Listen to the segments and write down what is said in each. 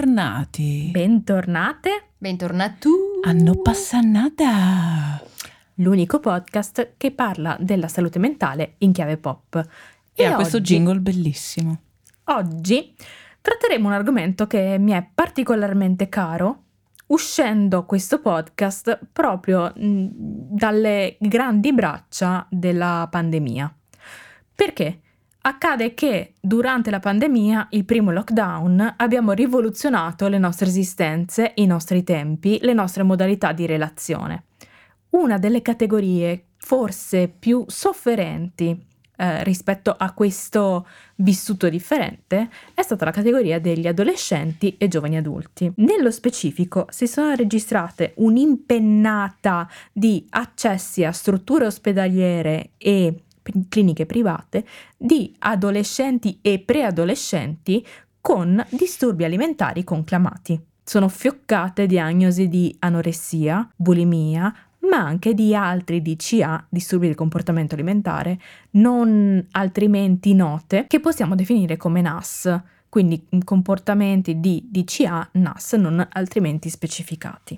Bentornati. Bentornate. Bentornati. A No Passa Nada. L'unico podcast che parla della salute mentale in chiave pop. E ha questo jingle bellissimo. Oggi tratteremo un argomento che mi è particolarmente caro, uscendo questo podcast proprio dalle grandi braccia della pandemia. Perché? Accade che durante la pandemia, il primo lockdown, abbiamo rivoluzionato le nostre esistenze, i nostri tempi, le nostre modalità di relazione. Una delle categorie forse più sofferenti rispetto a questo vissuto differente è stata la categoria degli adolescenti e giovani adulti. Nello specifico si sono registrate un'impennata di accessi a strutture ospedaliere e cliniche private di adolescenti e preadolescenti con disturbi alimentari conclamati. Sono fioccate diagnosi di anoressia, bulimia, ma anche di altri DCA, disturbi del comportamento alimentare, non altrimenti note, che possiamo definire come NAS, quindi comportamenti di DCA, NAS, non altrimenti specificati.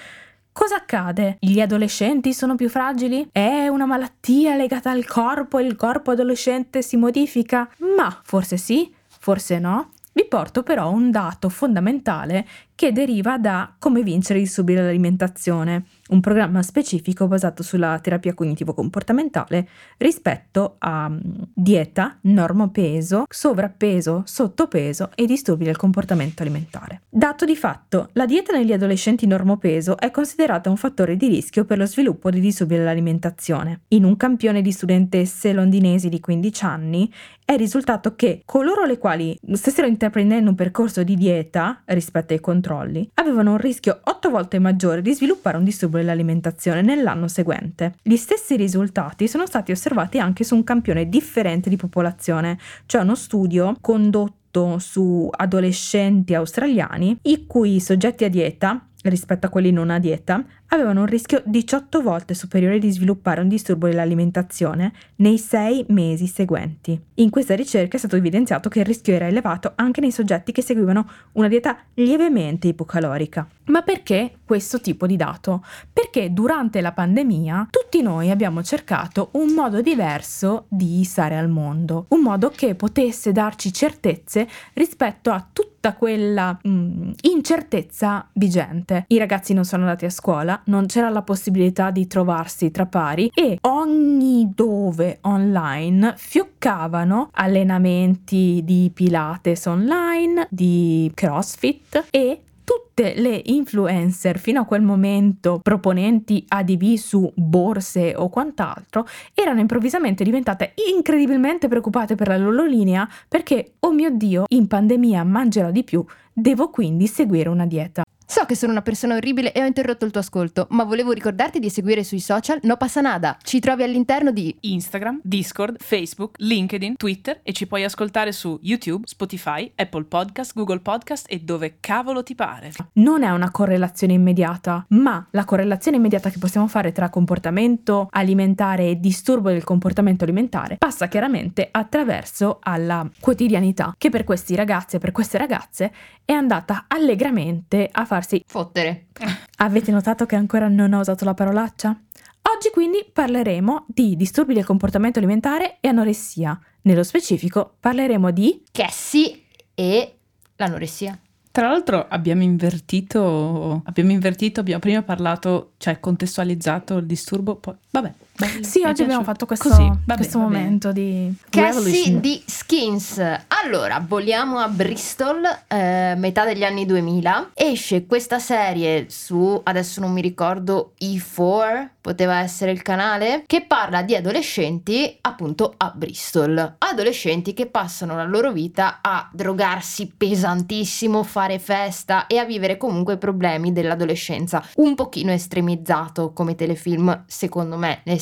Cosa accade? Gli adolescenti sono più fragili? È una malattia legata al corpo e il corpo adolescente si modifica? Ma forse sì, forse no. Vi porto però un dato fondamentale che deriva da Come vincere i disturbi dell'alimentazione, un programma specifico basato sulla terapia cognitivo-comportamentale rispetto a dieta, normopeso, sovrappeso, sottopeso e disturbi del comportamento alimentare. Dato di fatto, la dieta negli adolescenti normopeso è considerata un fattore di rischio per lo sviluppo di disturbi dell'alimentazione. In un campione di studentesse londinesi di 15 anni è risultato che coloro le quali stessero intraprendendo un percorso di dieta rispetto ai controlli avevano un rischio 8 volte maggiore di sviluppare un disturbo dell'alimentazione nell'anno seguente. Gli stessi risultati sono stati osservati anche su un campione differente di popolazione, cioè uno studio condotto su adolescenti australiani i cui soggetti a dieta rispetto a quelli non a dieta, avevano un rischio 18 volte superiore di sviluppare un disturbo dell'alimentazione nei 6 mesi seguenti. In questa ricerca è stato evidenziato che il rischio era elevato anche nei soggetti che seguivano una dieta lievemente ipocalorica. Ma perché questo tipo di dato? Perché durante la pandemia tutti noi abbiamo cercato un modo diverso di stare al mondo, un modo che potesse darci certezze rispetto a tutta quella incertezza vigente. I ragazzi non sono andati a scuola, non c'era la possibilità di trovarsi tra pari e ogni dove online fioccavano allenamenti di Pilates online, di CrossFit e tutte le influencer fino a quel momento proponenti ADV su borse o quant'altro erano improvvisamente diventate incredibilmente preoccupate per la loro linea perché, oh mio Dio, in pandemia mangerò di più, devo quindi seguire una dieta. So che sono una persona orribile e ho interrotto il tuo ascolto, ma volevo ricordarti di seguire sui social No Passa Nada. Ci trovi all'interno di Instagram, Discord, Facebook, LinkedIn, Twitter e ci puoi ascoltare su YouTube, Spotify, Apple Podcast, Google Podcast e dove cavolo ti pare. Non è una correlazione immediata, ma la correlazione immediata che possiamo fare tra comportamento alimentare e disturbo del comportamento alimentare passa chiaramente attraverso alla quotidianità che per questi ragazzi e per queste ragazze è andata allegramente a farsi fottere. Avete notato che ancora non ho usato la parolaccia? Oggi quindi parleremo di disturbi del comportamento alimentare e anoressia. Nello specifico parleremo di Cassie e l'anoressia. Tra l'altro abbiamo invertito, abbiamo prima parlato, cioè contestualizzato il disturbo, poi vabbè. Sì, oggi abbiamo fatto questo momento di Cassie di Skins. Allora, voliamo a Bristol, metà degli anni 2000. Esce questa serie su, adesso non mi ricordo, E4, poteva essere il canale, che parla di adolescenti appunto a Bristol. Adolescenti che passano la loro vita a drogarsi pesantissimo, fare festa e a vivere comunque i problemi dell'adolescenza. Un pochino estremizzato come telefilm, secondo me, nel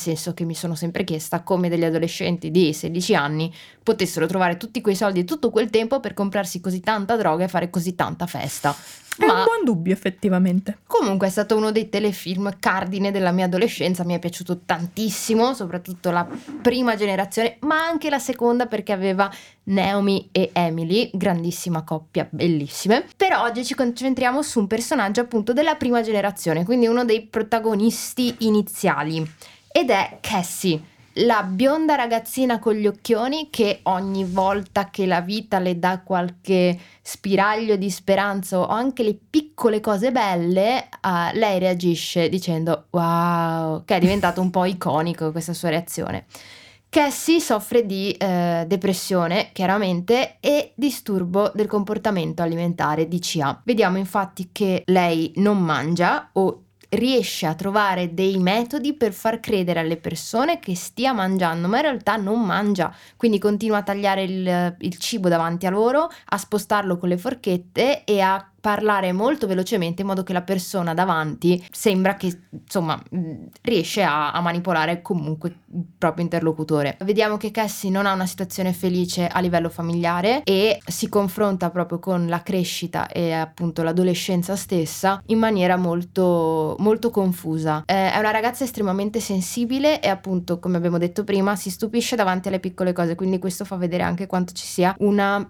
senso che mi sono sempre chiesta come degli adolescenti di 16 anni potessero trovare tutti quei soldi e tutto quel tempo per comprarsi così tanta droga e fare così tanta festa. È un buon dubbio, effettivamente. Comunque è stato uno dei telefilm cardine della mia adolescenza, mi è piaciuto tantissimo, soprattutto la prima generazione, ma anche la seconda, perché aveva Naomi e Emily, grandissima coppia, bellissime. Per oggi ci concentriamo su un personaggio appunto della prima generazione, quindi uno dei protagonisti iniziali, ed è Cassie, la bionda ragazzina con gli occhioni che ogni volta che la vita le dà qualche spiraglio di speranza o anche le piccole cose belle, lei reagisce dicendo wow, che è diventato un po' iconico questa sua reazione. Cassie soffre di depressione, chiaramente, e disturbo del comportamento alimentare, DCA. Vediamo infatti che lei non mangia o riesce a trovare dei metodi per far credere alle persone che stia mangiando, ma in realtà non mangia, quindi continua a tagliare il cibo davanti a loro, a spostarlo con le forchette e a parlare molto velocemente in modo che la persona davanti sembra che insomma riesce a manipolare comunque il proprio interlocutore. Vediamo che Cassie non ha una situazione felice a livello familiare e si confronta proprio con la crescita e appunto l'adolescenza stessa in maniera molto molto confusa. È una ragazza estremamente sensibile e appunto, come abbiamo detto prima, si stupisce davanti alle piccole cose, quindi questo fa vedere anche quanto ci sia una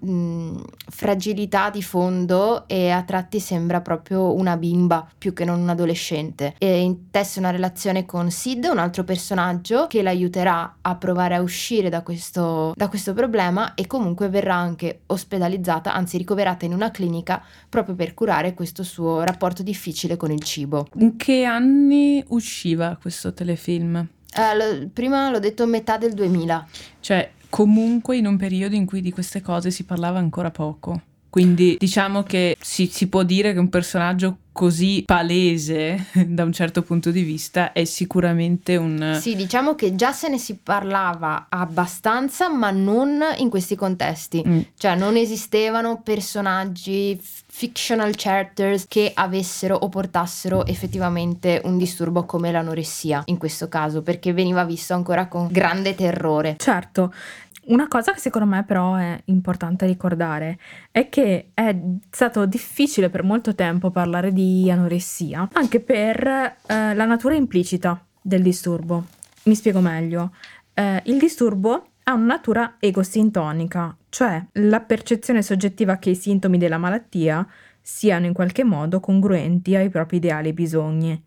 fragilità di fondo e a tratti sembra proprio una bimba più che non un adolescente. E intesse una relazione con Sid, un altro personaggio che l'aiuterà a provare a uscire da questo problema, e comunque verrà anche ospedalizzata, anzi ricoverata in una clinica proprio per curare questo suo rapporto difficile con il cibo. In che anni usciva questo telefilm? Prima l'ho detto metà del 2000. Cioè comunque in un periodo in cui di queste cose si parlava ancora poco. Quindi diciamo che si può dire che un personaggio così palese da un certo punto di vista è sicuramente un... Sì, diciamo che già se ne si parlava abbastanza, ma non in questi contesti. Cioè non esistevano personaggi, fictional characters che avessero o portassero effettivamente un disturbo come l'anoressia in questo caso, perché veniva visto ancora con grande terrore. Certo. Una cosa che secondo me però è importante ricordare è che è stato difficile per molto tempo parlare di anoressia, anche per la natura implicita del disturbo. Mi spiego meglio. Il disturbo ha una natura egosintonica, cioè la percezione soggettiva che i sintomi della malattia siano in qualche modo congruenti ai propri ideali e bisogni.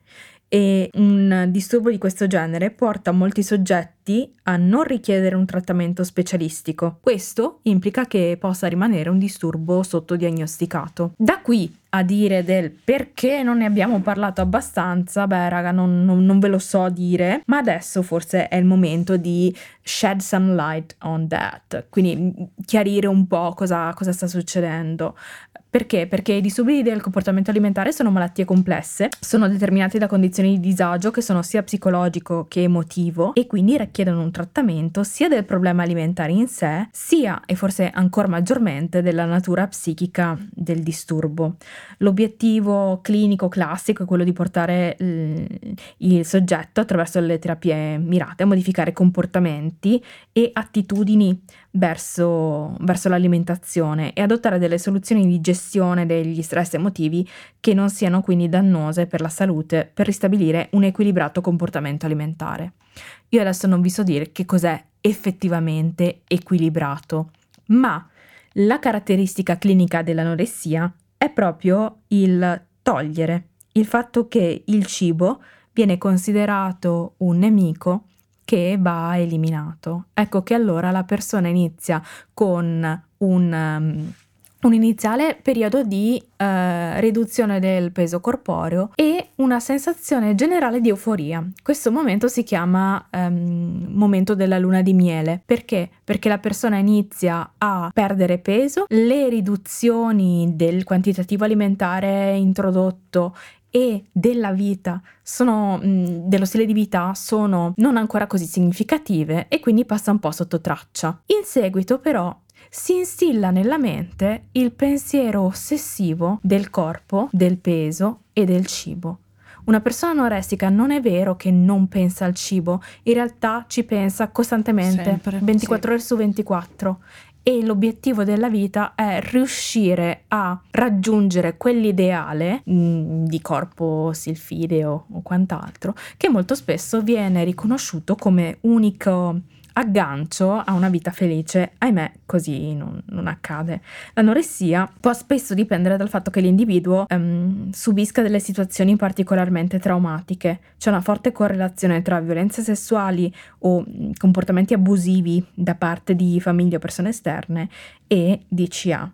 E un disturbo di questo genere porta molti soggetti a non richiedere un trattamento specialistico. Questo implica che possa rimanere un disturbo sottodiagnosticato. Da qui a dire del perché non ne abbiamo parlato abbastanza, beh raga, non ve lo so dire, ma adesso forse è il momento di shed some light on that, quindi chiarire un po' cosa sta succedendo. Perché? Perché i disturbi del comportamento alimentare sono malattie complesse, sono determinati da condizioni di disagio che sono sia psicologico che emotivo e quindi richiedono un trattamento sia del problema alimentare in sé, sia e forse ancora maggiormente della natura psichica del disturbo. L'obiettivo clinico classico è quello di portare il soggetto attraverso le terapie mirate a modificare comportamenti e attitudini verso l'alimentazione e adottare delle soluzioni di gestione degli stress emotivi che non siano quindi dannose per la salute, per ristabilire un equilibrato comportamento alimentare. Io adesso non vi so dire che cos'è effettivamente equilibrato, ma la caratteristica clinica dell'anoressia è proprio il togliere, il fatto che il cibo viene considerato un nemico che va eliminato. Ecco che allora la persona inizia con un iniziale periodo di riduzione del peso corporeo e una sensazione generale di euforia. Questo momento si chiama momento della luna di miele. Perché? Perché la persona inizia a perdere peso, le riduzioni del quantitativo alimentare introdotto e della vita dello stile di vita sono non ancora così significative e quindi passa un po' sotto traccia. In seguito però si instilla nella mente il pensiero ossessivo del corpo, del peso e del cibo. Una persona anoressica non è vero che non pensa al cibo, in realtà ci pensa costantemente, Sempre, 24 ore su 24. E l'obiettivo della vita è riuscire a raggiungere quell'ideale di corpo silfideo o quant'altro, che molto spesso viene riconosciuto come unico aggancio a una vita felice. Ahimè, così non accade. L'anoressia può spesso dipendere dal fatto che l'individuo subisca delle situazioni particolarmente traumatiche. C'è una forte correlazione tra violenze sessuali o comportamenti abusivi da parte di famiglie o persone esterne e DCA.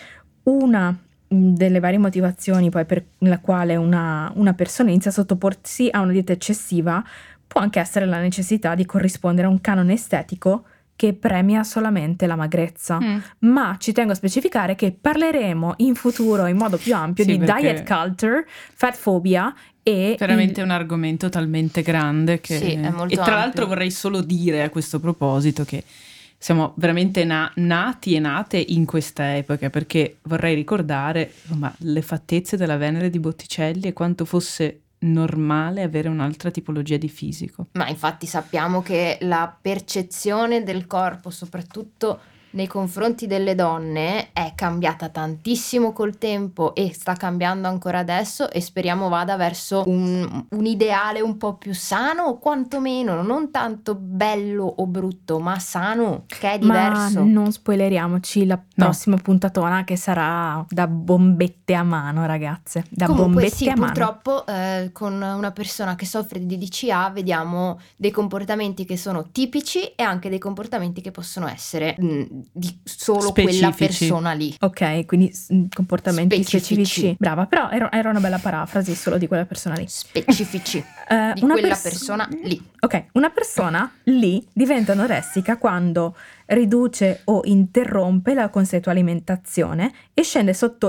Una delle varie motivazioni poi per la quale una persona inizia a sottoporsi a una dieta eccessiva può anche essere la necessità di corrispondere a un canone estetico che premia solamente la magrezza. Ma ci tengo a specificare che parleremo in futuro in modo più ampio di diet culture, fat phobia e veramente un argomento talmente grande che Sì, è molto e tra ampio. l'altro vorrei solo dire a questo proposito che siamo veramente nati e nate in questa epoca, perché vorrei ricordare le fattezze della Venere di Botticelli e quanto fosse normale avere un'altra tipologia di fisico. Ma infatti sappiamo che la percezione del corpo, soprattutto nei confronti delle donne, è cambiata tantissimo col tempo e sta cambiando ancora adesso, e speriamo vada verso un ideale un po' più sano, o quantomeno non tanto bello o brutto, ma sano, che è diverso. Ma non spoileriamoci la prossima puntatona, che sarà da bombette a mano, ragazze. Da Comunque bombette sì, a mano. purtroppo con una persona che soffre di DCA vediamo dei comportamenti che sono tipici e anche dei comportamenti che possono essere di solo quella Specifici. persona lì. Ok, quindi comportamenti Specifici. specifici. Brava, però era una bella parafrasi solo di quella persona lì. Specifici di Una quella persona lì. Ok, una persona lì diventa anoressica quando riduce o interrompe la consueta alimentazione e scende sotto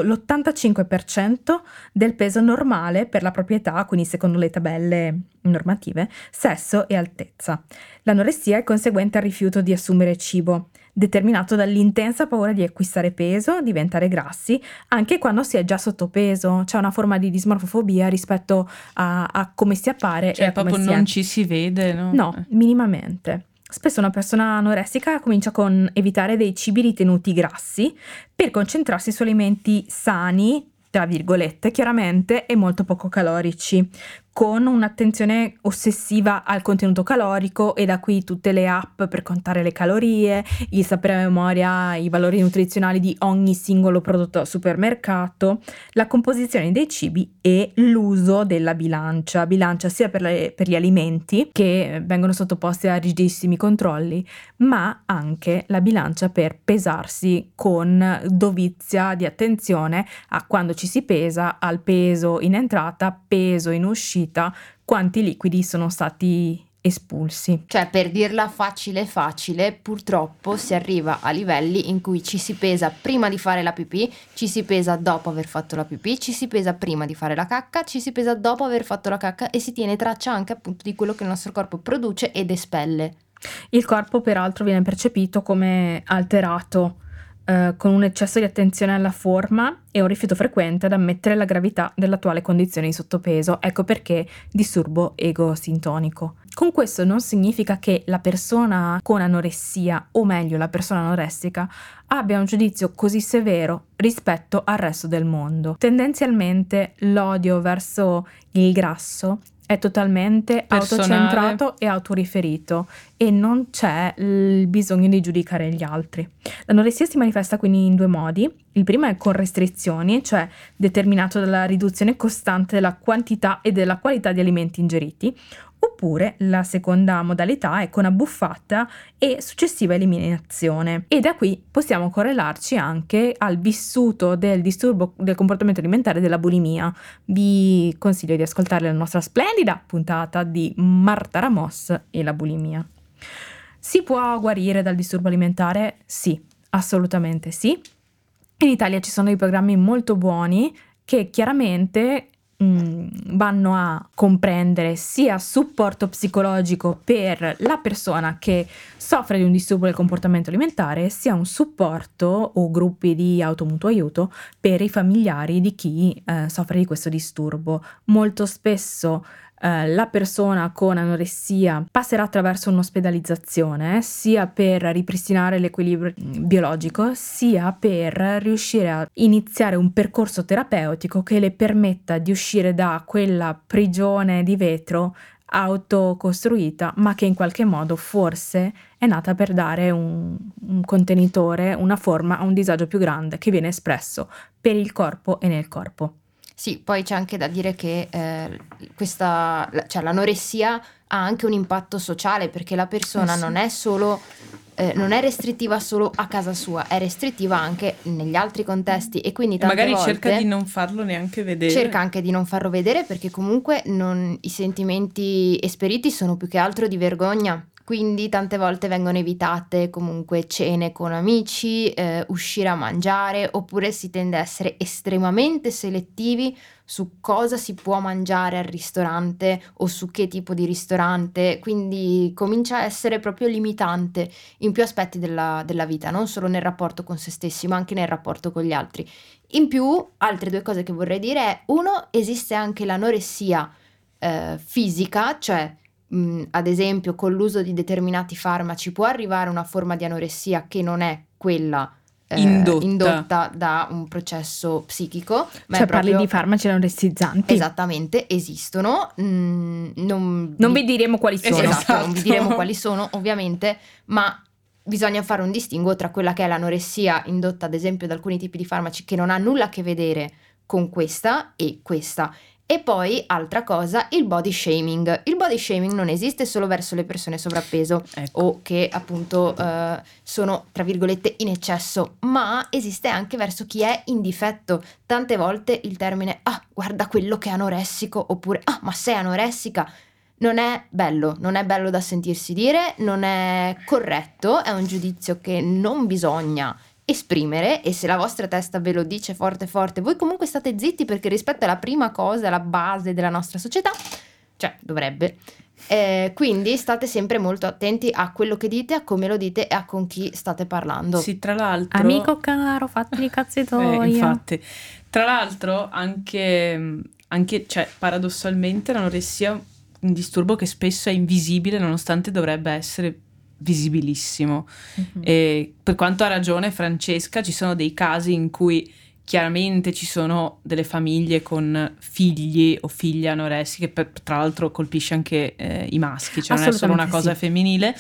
l'85% del peso normale per la propria età, quindi secondo le tabelle normative, sesso e altezza. L'anoressia è conseguente al rifiuto di assumere cibo, determinato dall'intensa paura di acquistare peso, diventare grassi, anche quando si è già sottopeso. C'è una forma di dismorfofobia rispetto a come si appare e a come proprio si non è. ci si vede, no? No, minimamente. Spesso una persona anoressica comincia con evitare dei cibi ritenuti grassi per concentrarsi su alimenti sani, tra virgolette, chiaramente, e molto poco calorici, con un'attenzione ossessiva al contenuto calorico, e da qui tutte le app per contare le calorie, il sapere a memoria i valori nutrizionali di ogni singolo prodotto al supermercato, la composizione dei cibi e l'uso della bilancia sia per gli alimenti, che vengono sottoposti a rigidissimi controlli, ma anche la bilancia per pesarsi con dovizia di attenzione a quando ci si pesa, al peso in entrata, peso in uscita, quanti liquidi sono stati espulsi. Cioè, per dirla facile, purtroppo si arriva a livelli in cui ci si pesa prima di fare la pipì, ci si pesa dopo aver fatto la pipì, ci si pesa prima di fare la cacca, ci si pesa dopo aver fatto la cacca, e si tiene traccia anche appunto di quello che il nostro corpo produce ed espelle. Il corpo peraltro viene percepito come alterato, con un eccesso di attenzione alla forma e un rifiuto frequente ad ammettere la gravità dell'attuale condizione di sottopeso. Ecco perché disturbo ego-sintonico. Con questo non significa che la persona con anoressia, o meglio la persona anoressica, abbia un giudizio così severo rispetto al resto del mondo. Tendenzialmente l'odio verso il grasso è totalmente personale, autocentrato e autoriferito, e non c'è il bisogno di giudicare gli altri. L'anoressia si manifesta quindi in due modi. Il primo è con restrizioni, cioè determinato dalla riduzione costante della quantità e della qualità di alimenti ingeriti, oppure la seconda modalità è con abbuffata e successiva eliminazione. E da qui possiamo correlarci anche al vissuto del disturbo del comportamento alimentare della bulimia. Vi consiglio di ascoltare la nostra splendida puntata di Marta Ramos e la bulimia. Si può guarire dal disturbo alimentare? Sì, assolutamente sì. In Italia ci sono dei programmi molto buoni che chiaramente vanno a comprendere sia supporto psicologico per la persona che soffre di un disturbo del comportamento alimentare, sia un supporto o gruppi di automutuo aiuto per i familiari di chi soffre di questo disturbo. Molto spesso la persona con anoressia passerà attraverso un'ospedalizzazione sia per ripristinare l'equilibrio biologico, sia per riuscire a iniziare un percorso terapeutico che le permetta di uscire da quella prigione di vetro autocostruita, ma che in qualche modo forse è nata per dare un contenitore, una forma a un disagio più grande che viene espresso per il corpo e nel corpo. Sì, poi c'è anche da dire che l'anoressia ha anche un impatto sociale, perché la persona sì. non è restrittiva solo a casa sua, è restrittiva anche negli altri contesti, e quindi tante magari volte cerca di non farlo neanche vedere. cerca anche di non farlo vedere, perché comunque i sentimenti esperiti sono più che altro di vergogna. Quindi tante volte vengono evitate comunque cene con amici, uscire a mangiare, oppure si tende a essere estremamente selettivi su cosa si può mangiare al ristorante o su che tipo di ristorante, quindi comincia a essere proprio limitante in più aspetti della vita, non solo nel rapporto con se stessi, ma anche nel rapporto con gli altri. In più, altre due cose che vorrei dire è: uno, esiste anche l'anoressia fisica, cioè ad esempio con l'uso di determinati farmaci può arrivare una forma di anoressia che non è quella indotta da un processo psichico, ma cioè è proprio... parli di farmaci anoressizzanti. Esattamente, esistono. Non vi diremo quali sono. Esatto, non vi diremo quali sono ovviamente, ma bisogna fare un distinguo tra quella che è l'anoressia indotta ad esempio da alcuni tipi di farmaci, che non ha nulla a che vedere con questa e questa. E poi, altra cosa, il body shaming. Il body shaming non esiste solo verso le persone sovrappeso, ecco, o che appunto sono, tra virgolette, in eccesso, ma esiste anche verso chi è in difetto. Tante volte il termine "ah, guarda quello che è anoressico", oppure "ah, ma sei anoressica", non è bello da sentirsi dire, non è corretto, è un giudizio che non bisogna esprimere, e se la vostra testa ve lo dice forte forte, voi comunque state zitti, perché rispetto alla prima cosa, alla base della nostra società, cioè dovrebbe, quindi state sempre molto attenti a quello che dite, a come lo dite e a con chi state parlando. Sì, tra l'altro, amico caro, fatti i cazzi tuoi. Infatti, tra l'altro anche cioè, paradossalmente l'anoressia è un disturbo che spesso è invisibile nonostante dovrebbe essere visibilissimo. E per quanto ha ragione Francesca, ci sono dei casi in cui chiaramente ci sono delle famiglie con figli o figlie anoressiche, tra l'altro colpisce anche i maschi, cioè non è solo una cosa femminile.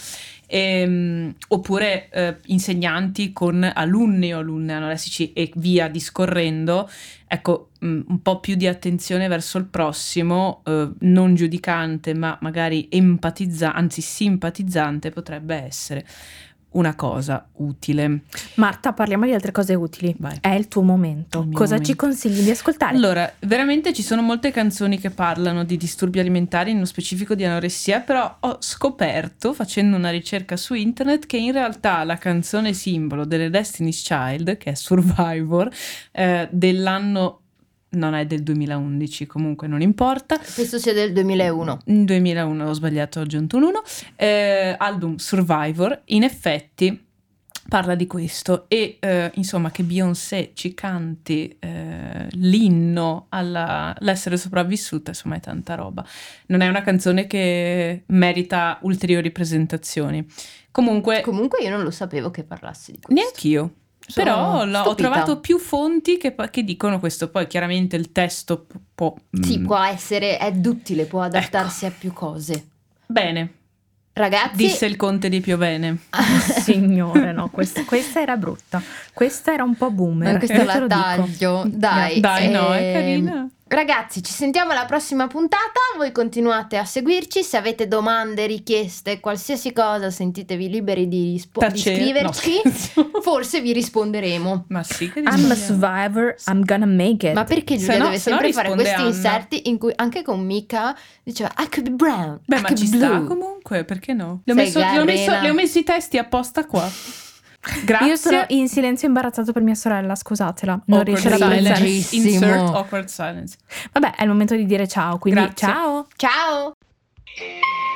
Oppure insegnanti con alunni o alunne anoressici e via discorrendo. Ecco, un po' più di attenzione verso il prossimo, non giudicante ma magari anzi simpatizzante, potrebbe essere una cosa utile. Marta, parliamo di altre cose utili. Vai. È il tuo momento. Cosa momento. ci consigli di ascoltare? Allora, veramente ci sono molte canzoni che parlano di disturbi alimentari, nello specifico di anoressia, però ho scoperto, facendo una ricerca su internet, che in realtà la canzone simbolo delle Destiny's Child, che è Survivor, dell'anno... non è del 2011, comunque non importa. Penso sia del 2001. 2001, ho sbagliato, ho aggiunto un 1. Album Survivor, in effetti parla di questo, e insomma che Beyoncé ci canti l'inno all'essere sopravvissuta, insomma è tanta roba. Non è una canzone che merita ulteriori presentazioni. Comunque io non lo sapevo che parlassi di questo. Neanch'io. Però ho trovato più fonti che dicono questo. Poi chiaramente il testo può... Sì, può essere, è duttile, può adattarsi a più cose. Bene. Ragazzi... Disse il conte di Piovene. Signore, no, questa era brutta. Questa era un po' boomer. Questo la taglio. Dai, no, è carina. Ragazzi, ci sentiamo alla prossima puntata. Voi continuate a seguirci. Se avete domande, richieste, qualsiasi cosa, sentitevi liberi di scriverci. No, forse vi risponderemo. Ma sì che I'm a survivor, I'm gonna make it. Ma perché Giulia deve sempre fare questi Anna. Inserti in cui anche con Mika diceva I could be brown. Beh, I ma could ci be sta blue. comunque, perché no? Le ho messo i testi apposta qua. Grazie. Io sono in silenzio imbarazzato per mia sorella, scusatela. Non Awkward riesce ad apprezzare. silence. Insert awkward silence. Vabbè, è il momento di dire ciao, quindi Grazie. ciao. Ciao!